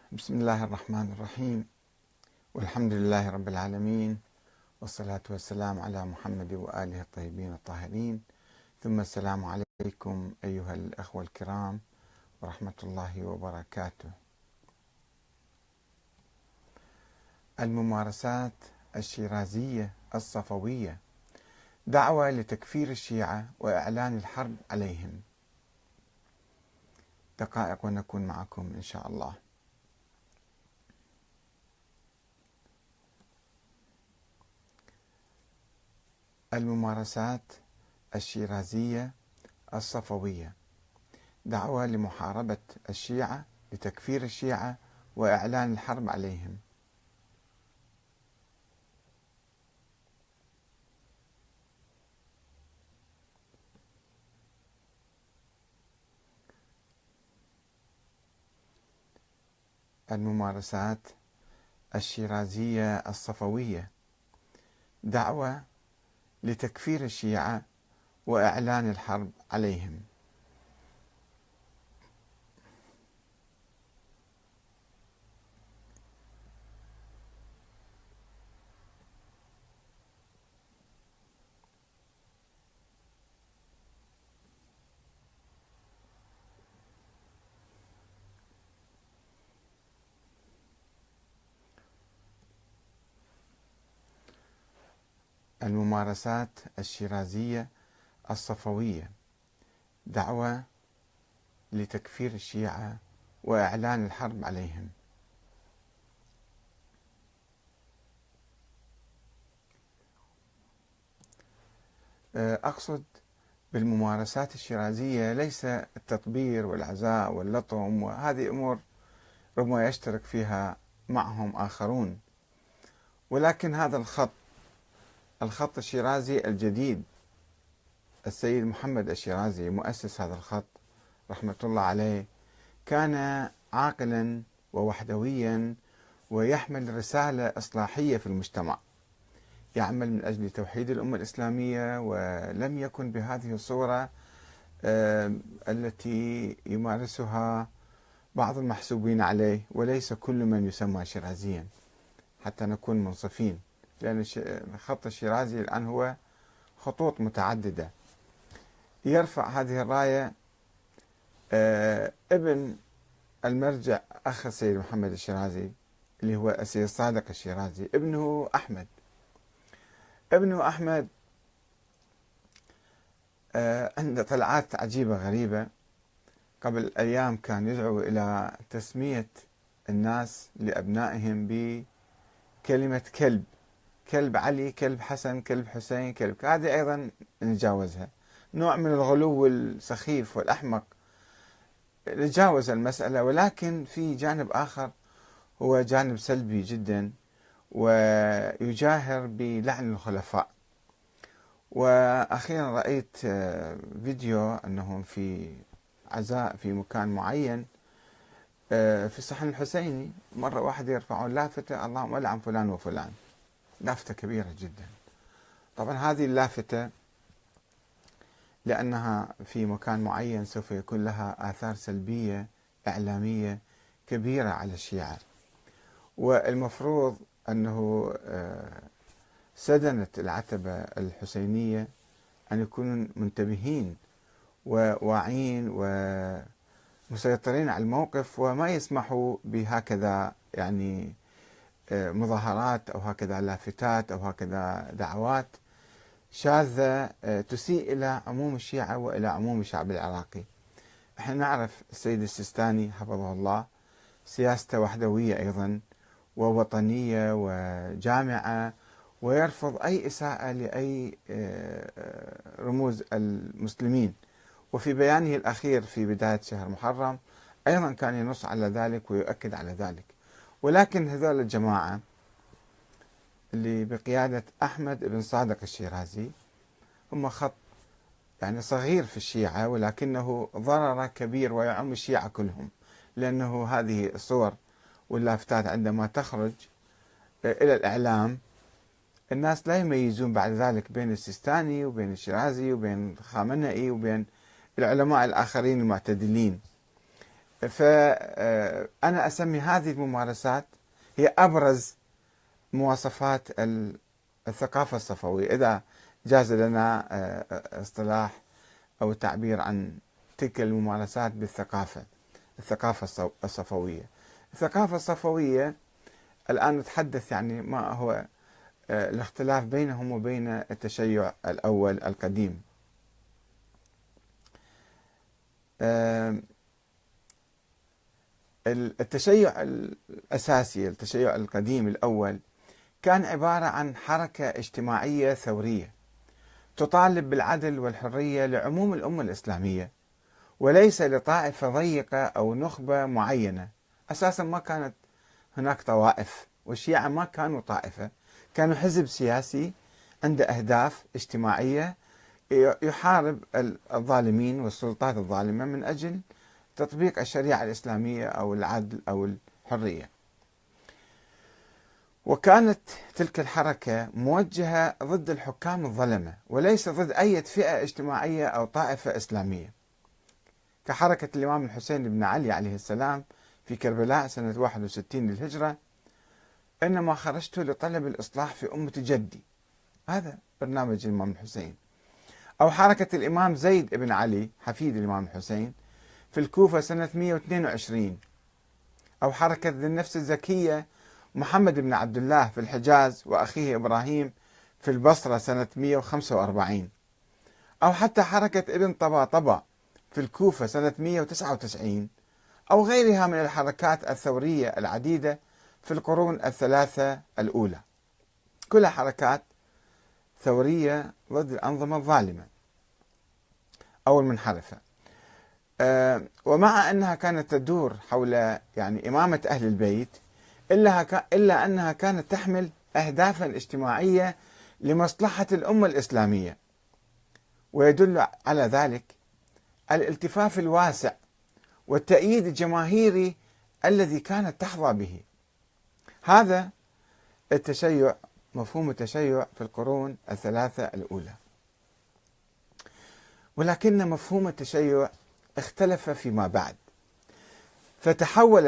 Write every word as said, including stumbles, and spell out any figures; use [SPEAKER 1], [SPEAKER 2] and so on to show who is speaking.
[SPEAKER 1] بسم الله الرحمن الرحيم، والحمد لله رب العالمين، والصلاة والسلام على محمد وآله الطيبين الطاهرين، ثم السلام عليكم أيها الأخوة الكرام ورحمة الله وبركاته. الممارسات الشيرازية الصفوية، دعوة لتكفير الشيعة وإعلان الحرب عليهم. دقائق ونكون معكم إن شاء الله. الممارسات الشيرازية الصفوية، دعوة لمحاربة الشيعة لتكفير الشيعة وإعلان الحرب عليهم. الممارسات الشيرازية الصفوية، دعوة لتكفير الشيعة وإعلان الحرب عليهم. الممارسات الشيرازية الصفوية، دعوة لتكفير الشيعة وإعلان الحرب عليهم. أقصد بالممارسات الشيرازية ليس التطبير والعزاء واللطم، وهذه أمور ربما يشترك فيها معهم آخرون، ولكن هذا الخط الخط الشيرازي الجديد، السيد محمد الشيرازي مؤسس هذا الخط رحمة الله عليه، كان عاقلا ووحدويا ويحمل رسالة إصلاحية في المجتمع، يعمل من أجل توحيد الأمة الإسلامية، ولم يكن بهذه الصورة التي يمارسها بعض المحسوبين عليه، وليس كل من يسمى شيرازيا حتى نكون منصفين، لأن الخط الشيرازي الآن هو خطوط متعددة. يرفع هذه الراية ابن المرجع أخ السيد محمد الشيرازي اللي هو السيد الصادق الشيرازي، ابنه أحمد. ابنه أحمد عنده طلعات عجيبة غريبة. قبل أيام كان يدعو إلى تسمية الناس لأبنائهم بكلمة كلب، كلب علي، كلب حسن، كلب حسين، كلب. هذه أيضا نتجاوزها، نوع من الغلو السخيف والأحمق. نتجاوز المسألة، ولكن في جانب آخر هو جانب سلبي جدا، ويجاهر بلعن الخلفاء. وأخيرا رأيت فيديو أنهم في عزاء في مكان معين في الصحن الحسيني، مرة واحدة يرفعون لافتة اللهم ألعن فلان وفلان، لافتة كبيرة جدا. طبعا هذه اللافتة لأنها في مكان معين سوف يكون لها آثار سلبية إعلامية كبيرة على الشيعة، والمفروض أنه سدنة العتبة الحسينية أن يكونوا منتبهين وواعين ومسيطرين على الموقف، وما يسمحوا بهكذا يعني مظاهرات أو هكذا لافتات أو هكذا دعوات شاذة تسيء إلى عموم الشيعة وإلى عموم الشعب العراقي. احنا نعرف السيد السيستاني حفظه الله سياسته وحدوية أيضا ووطنية وجامعة، ويرفض أي إساءة لأي رموز المسلمين. وفي بيانه الأخير في بداية شهر محرم أيضا كان ينص على ذلك ويؤكد على ذلك. ولكن هذول الجماعة اللي بقيادة أحمد بن صادق الشيرازي هم خط يعني صغير في الشيعة، ولكنه ضرر كبير ويعم الشيعة كلهم، لأنه هذه الصور واللافتات عندما تخرج إلى الإعلام الناس لا يميزون بعد ذلك بين السيستاني وبين الشيرازي وبين خامنئي وبين العلماء الآخرين المعتدلين. فأنا أسمي هذه الممارسات هي أبرز مواصفات الثقافة الصفوية، إذا جاز لنا اصطلاح أو التعبير عن تلك الممارسات بالثقافة، الثقافة الصفوية. الثقافة الصفوية الآن نتحدث يعني ما هو الاختلاف بينهم وبين التشيع الأول القديم. التشيع الأساسي، التشيع القديم الأول، كان عبارة عن حركة اجتماعية ثورية تطالب بالعدل والحرية لعموم الأمة الإسلامية، وليس لطائفة ضيقة أو نخبة معينة. أساسا ما كانت هناك طوائف، والشيعة ما كانوا طائفة، كانوا حزب سياسي عنده أهداف اجتماعية يحارب الظالمين والسلطات الظالمة من أجل تطبيق الشريعة الإسلامية أو العدل أو الحرية. وكانت تلك الحركة موجهة ضد الحكام الظلمة وليس ضد أي فئة اجتماعية أو طائفة إسلامية، كحركة الإمام الحسين بن علي عليه السلام في كربلاء سنة واحد وستين للهجرة: إنما خرجت لطلب الإصلاح في أمة جدي، هذا برنامج الإمام الحسين. أو حركة الإمام زيد بن علي حفيد الإمام الحسين في الكوفة سنة مئة واثنين وعشرين. أو حركة ذي النفس الزكية محمد بن عبد الله في الحجاز وأخيه إبراهيم في البصرة سنة مئة وخمسة وأربعين. أو حتى حركة ابن طباطبة في الكوفة سنة مئة وتسعة وتسعين، أو غيرها من الحركات الثورية العديدة في القرون الثلاثة الأولى، كلها حركات ثورية ضد الأنظمة الظالمة أو المنحرفة. أه ومع أنها كانت تدور حول يعني إمامة أهل البيت، إلا, إلا أنها كانت تحمل أهدافا اجتماعية لمصلحة الأمة الإسلامية، ويدل على ذلك الالتفاف الواسع والتأييد الجماهيري الذي كانت تحظى به. هذا التشيع، مفهوم التشيع في القرون الثلاثة الأولى. ولكن مفهوم التشيع اختلف فيما بعد، فتحول